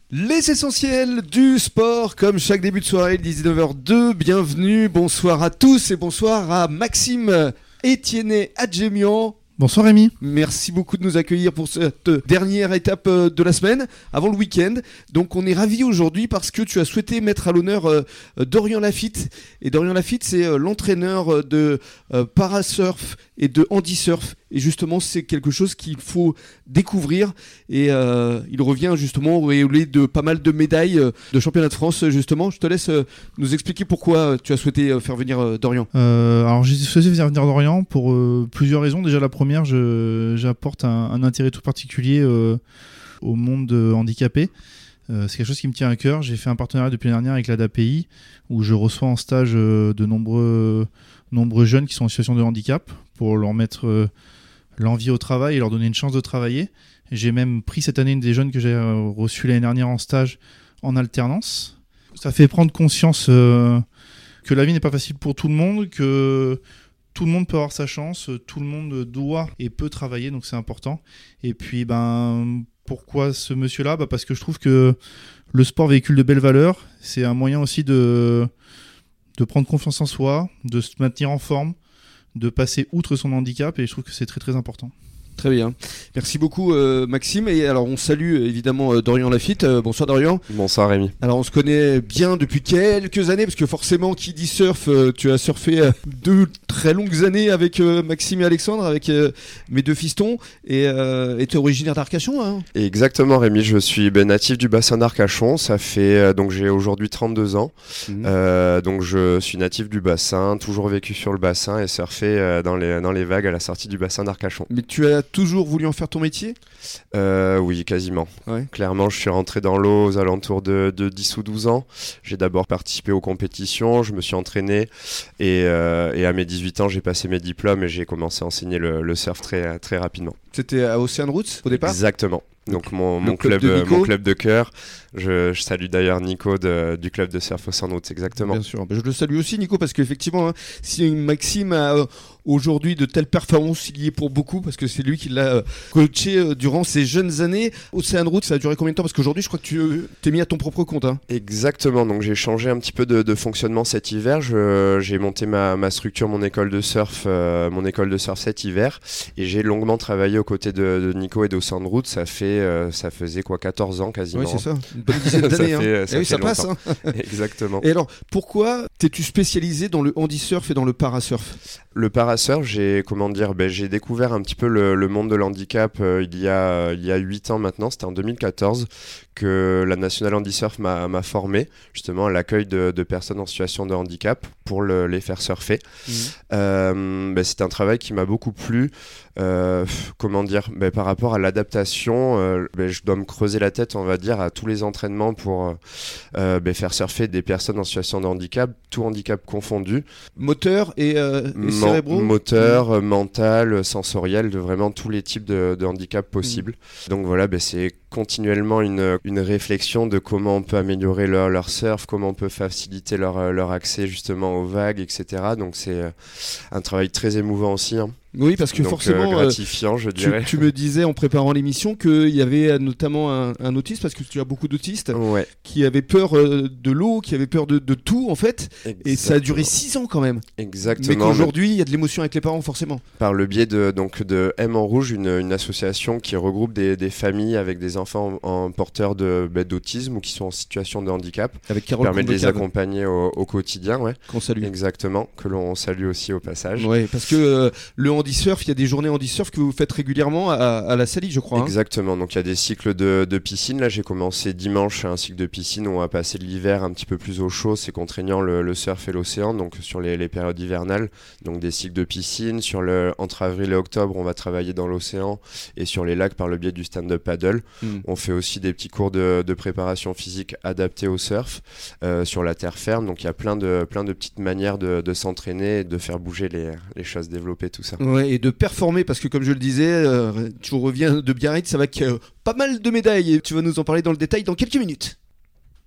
Les essentiels du sport, comme chaque début de soirée, 19h02, bienvenue, bonsoir à tous et bonsoir à Maxime Etienne-Adjemian. Bonsoir Rémi. Merci beaucoup de nous accueillir pour cette dernière étape de la semaine, avant le week-end. Donc on est ravis aujourd'hui parce que tu as souhaité mettre à l'honneur Dorian Lafitte. Et Dorian Lafitte, c'est l'entraîneur de parasurf et de handisurf. Et justement, c'est quelque chose qu'il faut découvrir. Et il revient justement auréolé de pas mal de médailles de championnat de France. Justement, je te laisse nous expliquer pourquoi tu as souhaité faire venir Dorian. Alors j'ai souhaité faire venir Dorian pour plusieurs raisons. Déjà la première, j'apporte un intérêt tout particulier au monde handicapé. C'est quelque chose qui me tient à cœur. J'ai fait un partenariat depuis l'année dernière avec l'ADAPI où je reçois en stage de nombreux jeunes qui sont en situation de handicap pour leur mettre l'envie au travail et leur donner une chance de travailler. J'ai même pris cette année une des jeunes que j'ai reçues l'année dernière en stage en alternance. Ça fait prendre conscience que la vie n'est pas facile pour tout le monde, que tout le monde peut avoir sa chance, tout le monde doit et peut travailler, donc c'est important. Et puis, pourquoi ce monsieur-là ? Parce que je trouve que le sport véhicule de belles valeurs. C'est un moyen aussi de prendre confiance en soi, de se maintenir en forme, de passer outre son handicap, et je trouve que c'est très très important. Très bien. Merci beaucoup Maxime. Et alors on salue évidemment Dorian Lafitte. Bonsoir Dorian. Bonsoir Rémi. Alors on se connaît bien depuis quelques années parce que forcément qui dit surf, tu as surfé 2 très longues années avec Maxime et Alexandre, avec mes 2 fistons. Et tu es originaire d'Arcachon hein. Exactement Rémi, je suis natif du bassin d'Arcachon. Ça fait donc j'ai aujourd'hui 32 ans. Donc je suis natif du bassin, toujours vécu sur le bassin et surfé dans les vagues à la sortie du bassin d'Arcachon. Mais tu as toujours voulu en faire ton métier ? Oui, quasiment. Ouais. Clairement, je suis rentré dans l'eau aux alentours de 10 ou 12 ans. J'ai d'abord participé aux compétitions, je me suis entraîné et à mes 18 ans, j'ai passé mes diplômes et j'ai commencé à enseigner le surf très, très rapidement. C'était à Ocean Roots au départ ? Exactement. Donc mon club de cœur. Je salue d'ailleurs Nico du club de surf Ocean Roots, exactement. Bien sûr. Je le salue aussi Nico parce qu'effectivement, si Maxime a aujourd'hui de telles performances, il y est pour beaucoup parce que c'est lui qui l'a coaché durant ces jeunes années. Ocean Roots, ça a duré combien de temps ? Parce qu'aujourd'hui, je crois que tu t'es mis à ton propre compte. Hein. Exactement. Donc j'ai changé un petit peu de fonctionnement cet hiver. J'ai monté ma structure, mon école de surf cet hiver, et j'ai longuement travaillé aux côtés de Nico et d'Ocean Roots. Ça faisait 14 ans quasiment. Oui, c'est ça. Une bonne dizaine d'années. Ça passe. Hein. Exactement. Et alors, pourquoi t'es-tu spécialisé dans le handisurf et dans le parasurf ? Le parasurf, j'ai découvert un petit peu le monde de l'handicap il y a 8 ans maintenant, c'était en 2014 que la National Handisurf m'a formé justement à l'accueil de personnes en situation de handicap pour les faire surfer. C'est un travail qui m'a beaucoup plu. Par rapport à l'adaptation, je dois me creuser la tête, on va dire, à tous les entraînements pour faire surfer des personnes en situation de handicap, tout handicap confondu. Moteur et cérébraux ? Moteur, mental, sensoriel, de vraiment tous les types de handicap possibles. Donc voilà, c'est continuellement une réflexion de comment on peut améliorer leur surf, comment on peut faciliter leur accès justement aux vagues, etc. Donc c'est un travail très émouvant aussi. Hein. Oui, parce que forcément, gratifiant, je dirais. Tu me disais en préparant l'émission qu'il y avait notamment un autiste, parce que tu as beaucoup d'autistes qui avaient peur de l'eau, qui avaient peur de tout en fait. Exactement. Et ça a duré 6 ans quand même. Exactement. Mais qu'aujourd'hui, il y a de l'émotion avec les parents forcément. Par le biais de M en Rouge, une association qui regroupe des familles avec des enfants porteurs d'autisme ou qui sont en situation de handicap. Avec Carole permet de les accompagner au quotidien. Qu'on salue. Exactement, que l'on salue aussi au passage. Oui, parce que le handisurf, il y a des journées handisurf que vous faites régulièrement à la Salie, je crois. Exactement, donc il y a des cycles de piscine. Là, j'ai commencé dimanche un cycle de piscine où on va passer l'hiver un petit peu plus au chaud. C'est contraignant le surf et l'océan, donc sur les périodes hivernales. Donc des cycles de piscine. Entre avril et octobre, on va travailler dans l'océan et sur les lacs par le biais du stand-up paddle. On fait aussi des petits cours de préparation physique adaptés au surf sur la terre ferme. Donc il y a plein de petites manières de s'entraîner et de faire bouger les choses, développer tout ça. Ouais, et de performer, parce que comme je le disais, tu reviens de Biarritz avec pas mal de médailles et tu vas nous en parler dans le détail dans quelques minutes.